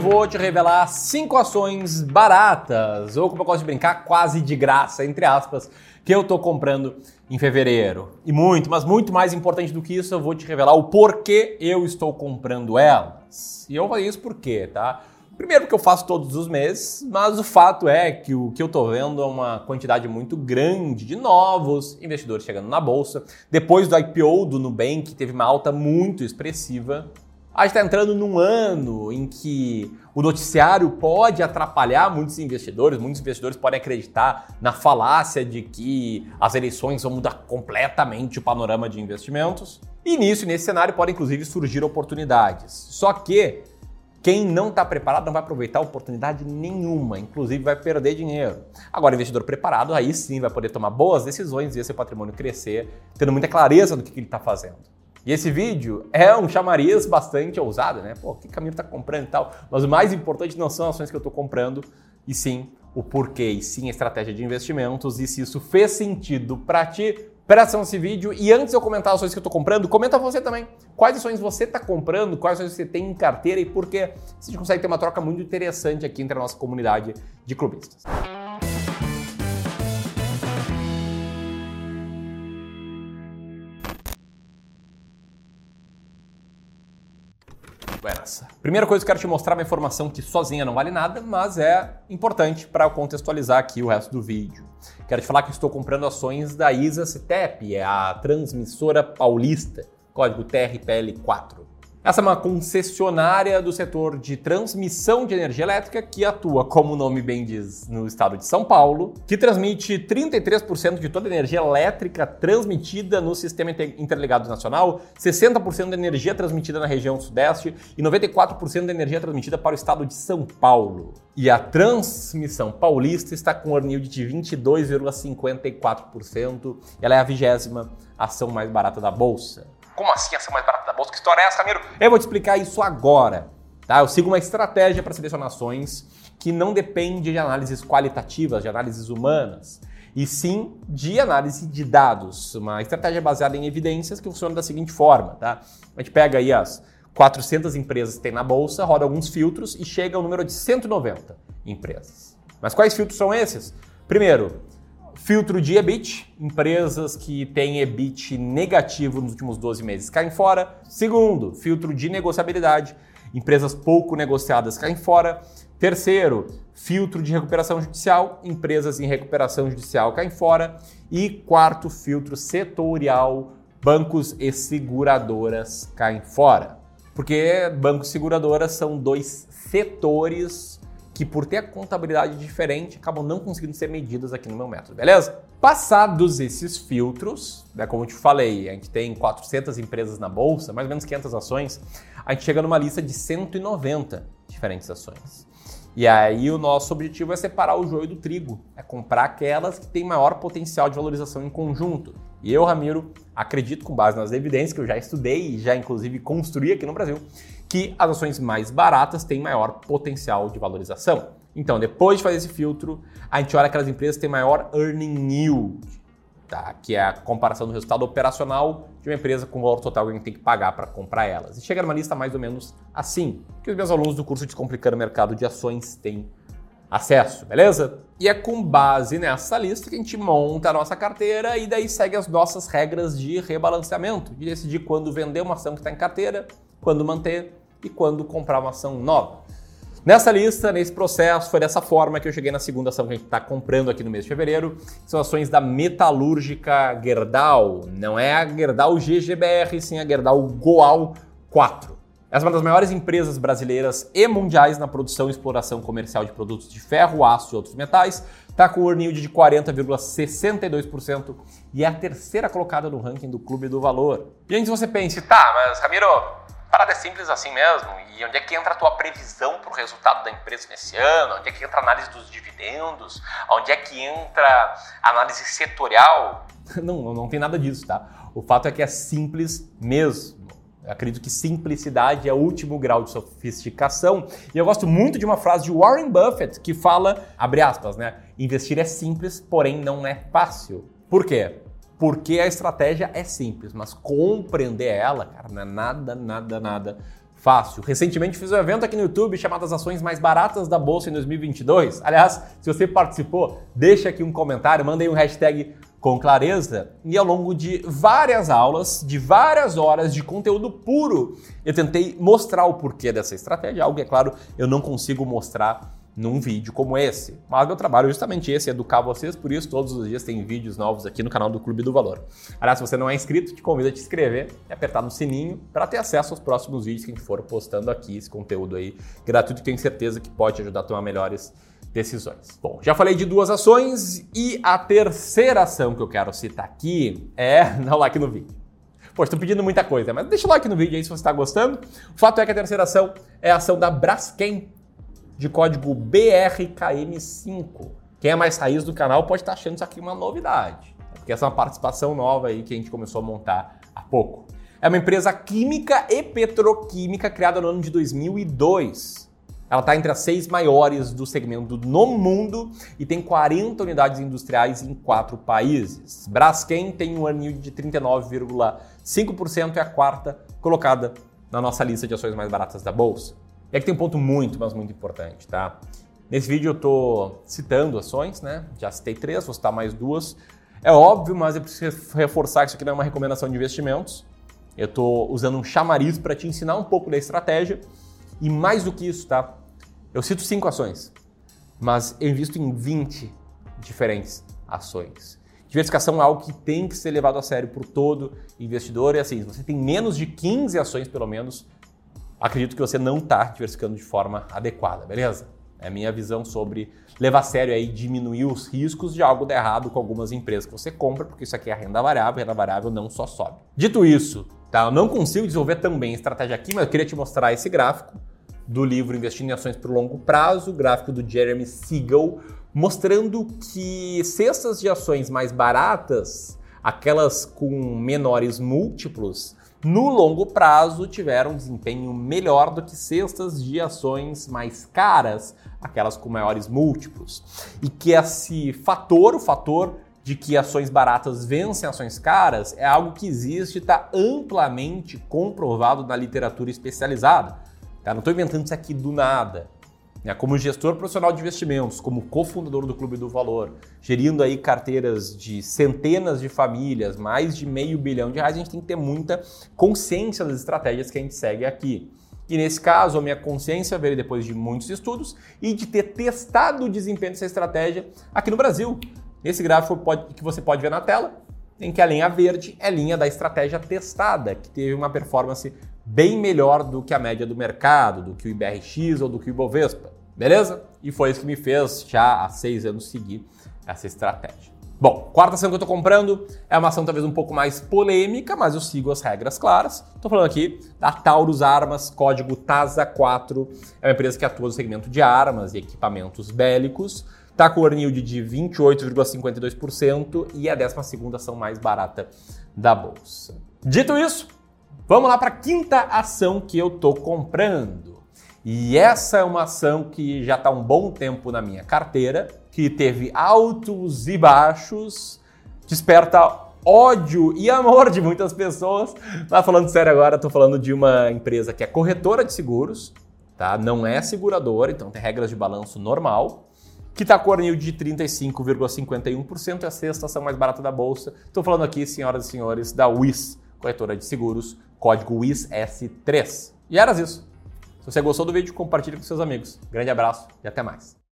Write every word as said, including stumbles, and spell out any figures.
vou te revelar cinco ações baratas, ou como eu gosto de brincar, quase de graça, entre aspas, que eu tô comprando em fevereiro. E muito, mas muito mais importante do que isso, eu vou te revelar o porquê eu estou comprando elas. E eu vou fazer isso por quê, tá? Primeiro porque eu faço todos os meses, mas o fato é que o que eu tô vendo é uma quantidade muito grande de novos investidores chegando na bolsa. Depois do I P O do Nubank, que teve uma alta muito expressiva, a gente está entrando num ano em que o noticiário pode atrapalhar muitos investidores, muitos investidores podem acreditar na falácia de que as eleições vão mudar completamente o panorama de investimentos. E nisso, nesse cenário, podem inclusive surgir oportunidades. Só que quem não está preparado não vai aproveitar oportunidade nenhuma, inclusive vai perder dinheiro. Agora, o investidor preparado, aí sim vai poder tomar boas decisões e ver seu patrimônio crescer, tendo muita clareza do que ele está fazendo. E esse vídeo é um chamariz bastante ousado, né? Pô, que caminho tá comprando e tal? Mas o mais importante não são as ações que eu tô comprando, e sim o porquê, e sim a estratégia de investimentos, e se isso fez sentido para ti. Presta atenção nesse vídeo, e antes de eu comentar as ações que eu tô comprando, comenta você também. Quais ações você tá comprando, quais ações você tem em carteira e por quê? A gente consegue ter uma troca muito interessante aqui entre a nossa comunidade de clubistas. Essa. Primeira coisa que eu quero te mostrar é uma informação que sozinha não vale nada, mas é importante para eu contextualizar aqui o resto do vídeo. Quero te falar que estou comprando ações da ISA-CETEP, é a transmissora paulista, código T R P L quatro. Essa é uma concessionária do setor de transmissão de energia elétrica que atua, como o nome bem diz, no estado de São Paulo, que transmite trinta e três por cento de toda a energia elétrica transmitida no Sistema Interligado Nacional, sessenta por cento da energia transmitida na região sudeste e noventa e quatro por cento da energia transmitida para o estado de São Paulo. E a transmissão paulista está com um earn yield de vinte e dois vírgula cinquenta e quatro por cento. Ela é a vigésima ação mais barata da bolsa. Como assim ação mais barata da bolsa? Que história é essa, Ramiro? Eu vou te explicar isso agora, tá? Eu sigo uma estratégia para selecionar ações que não depende de análises qualitativas, de análises humanas, e sim de análise de dados. Uma estratégia baseada em evidências que funciona da seguinte forma, tá? A gente pega aí as quatrocentas empresas que tem na bolsa, roda alguns filtros e chega ao número de cento e noventa empresas. Mas quais filtros são esses? Primeiro, filtro de E B I T, empresas que têm E B I T negativo nos últimos doze meses caem fora. Segundo, filtro de negociabilidade, empresas pouco negociadas caem fora. Terceiro, filtro de recuperação judicial, empresas em recuperação judicial caem fora. E quarto, filtro setorial, bancos e seguradoras caem fora. Porque bancos e seguradoras são dois setores que por ter a contabilidade diferente, acabam não conseguindo ser medidas aqui no meu método, beleza? Passados esses filtros, né, como eu te falei, a gente tem quatrocentas empresas na bolsa, mais ou menos quinhentas ações, a gente chega numa lista de cento e noventa diferentes ações. E aí o nosso objetivo é separar o joio do trigo, é comprar aquelas que têm maior potencial de valorização em conjunto. E eu, Ramiro, acredito com base nas evidências que eu já estudei e já inclusive construí aqui no Brasil, que as ações mais baratas têm maior potencial de valorização. Então, depois de fazer esse filtro, a gente olha aquelas empresas que têm maior earning yield, tá? Que é a comparação do resultado operacional de uma empresa com o valor total que a gente tem que pagar para comprar elas. E chega numa lista mais ou menos assim, que os meus alunos do curso Descomplicando o Mercado de Ações têm acesso, beleza? E é com base nessa lista que a gente monta a nossa carteira e daí segue as nossas regras de rebalanceamento, de decidir quando vender uma ação que está em carteira, quando manter e quando comprar uma ação nova. Nessa lista, nesse processo, foi dessa forma que eu cheguei na segunda ação que a gente está comprando aqui no mês de fevereiro. São ações da metalúrgica Gerdau. Não é a Gerdau G G B R, sim a Gerdau Goal quatro. Essa é uma das maiores empresas brasileiras e mundiais na produção e exploração comercial de produtos de ferro, aço e outros metais. Está com o earn yield de quarenta vírgula sessenta e dois por cento e é a terceira colocada no ranking do Clube do Valor. E antes você pense, tá, mas Ramiro, a parada é simples assim mesmo? E onde é que entra a tua previsão para o resultado da empresa nesse ano? Onde é que entra a análise dos dividendos? Onde é que entra a análise setorial? Não, não tem nada disso, tá? O fato é que é simples mesmo. Eu acredito que simplicidade é o último grau de sofisticação. E eu gosto muito de uma frase de Warren Buffett que fala, abre aspas, né? Investir é simples, porém não é fácil. Por quê? Porque a estratégia é simples, mas compreender ela, cara, não é nada, nada, nada fácil. Recentemente fiz um evento aqui no YouTube chamado As Ações Mais Baratas da Bolsa em dois mil e vinte e dois. Aliás, se você participou, deixa aqui um comentário, manda aí um hashtag com clareza. E ao longo de várias aulas, de várias horas de conteúdo puro, eu tentei mostrar o porquê dessa estratégia, algo que, é claro, eu não consigo mostrar num vídeo como esse. Mas meu trabalho é justamente esse, educar vocês, por isso todos os dias tem vídeos novos aqui no canal do Clube do Valor. Aliás, se você não é inscrito, te convido a te inscrever e apertar no sininho para ter acesso aos próximos vídeos que a gente for postando aqui, esse conteúdo aí gratuito que tenho certeza que pode te ajudar a tomar melhores decisões. Bom, já falei de duas ações e a terceira ação que eu quero citar aqui é dar o like no vídeo. Pô, estou pedindo muita coisa, mas deixa o like no vídeo aí se você está gostando. O fato é que a terceira ação é a ação da Braskem, de código B R K M cinco. Quem é mais raiz do canal pode estar achando isso aqui uma novidade, porque essa é uma participação nova aí que a gente começou a montar há pouco. É uma empresa química e petroquímica criada no ano de dois mil e dois. Ela está entre as seis maiores do segmento no mundo e tem quarenta unidades industriais em quatro países. Braskem tem um earning de trinta e nove vírgula cinco por cento e é a quarta colocada na nossa lista de ações mais baratas da Bolsa. E aqui tem um ponto muito, mas muito importante, tá? Nesse vídeo eu tô citando ações, né? Já citei três, vou citar mais duas. É óbvio, mas eu preciso reforçar que isso aqui não é uma recomendação de investimentos. Eu tô usando um chamariz para te ensinar um pouco da estratégia. E mais do que isso, tá? Eu cito cinco ações, mas eu invisto em vinte diferentes ações. Diversificação é algo que tem que ser levado a sério por todo investidor. E assim, se você tem menos de quinze ações, pelo menos, acredito que você não está diversificando de forma adequada, beleza? É a minha visão sobre levar a sério aí, diminuir os riscos de algo dar errado com algumas empresas que você compra, porque isso aqui é renda variável, renda variável não só sobe. Dito isso, tá? Eu não consigo desenvolver também estratégia aqui, mas eu queria te mostrar esse gráfico do livro Investindo em Ações por Longo Prazo, gráfico do Jeremy Siegel, mostrando que cestas de ações mais baratas, aquelas com menores múltiplos, no longo prazo tiveram um desempenho melhor do que cestas de ações mais caras, aquelas com maiores múltiplos. E que esse fator, o fator de que ações baratas vencem ações caras, é algo que existe e está amplamente comprovado na literatura especializada. Tá? Não estou inventando isso aqui do nada. Como gestor profissional de investimentos, como cofundador do Clube do Valor, gerindo aí carteiras de centenas de famílias, mais de meio bilhão de reais, a gente tem que ter muita consciência das estratégias que a gente segue aqui. E nesse caso, a minha consciência veio depois de muitos estudos e de ter testado o desempenho dessa estratégia aqui no Brasil. Esse gráfico pode, que você pode ver na tela, em que a linha verde é a linha da estratégia testada, que teve uma performance bem melhor do que a média do mercado, do que o I B R X ou do que o Ibovespa, beleza? E foi isso que me fez já há seis anos seguir essa estratégia. Bom, quarta ação que eu estou comprando é uma ação talvez um pouco mais polêmica, mas eu sigo as regras claras. Estou falando aqui da Taurus Armas, código T A S A quatro, é uma empresa que atua no segmento de armas e equipamentos bélicos, está com o earning yield de vinte e oito vírgula cinquenta e dois por cento e é a décima segunda ação mais barata da Bolsa. Dito isso, vamos lá para a quinta ação que eu estou comprando. E essa é uma ação que já está um bom tempo na minha carteira, que teve altos e baixos, desperta ódio e amor de muitas pessoas. Mas falando sério agora, estou falando de uma empresa que é corretora de seguros, tá? Não é seguradora, então tem regras de balanço normal, que está com o earning yield de trinta e cinco vírgula cinquenta e um por cento, é a sexta ação mais barata da Bolsa. Estou falando aqui, senhoras e senhores, da W I S, corretora de seguros, código W I S S três. E era isso. Se você gostou do vídeo, compartilhe com seus amigos. Grande abraço e até mais.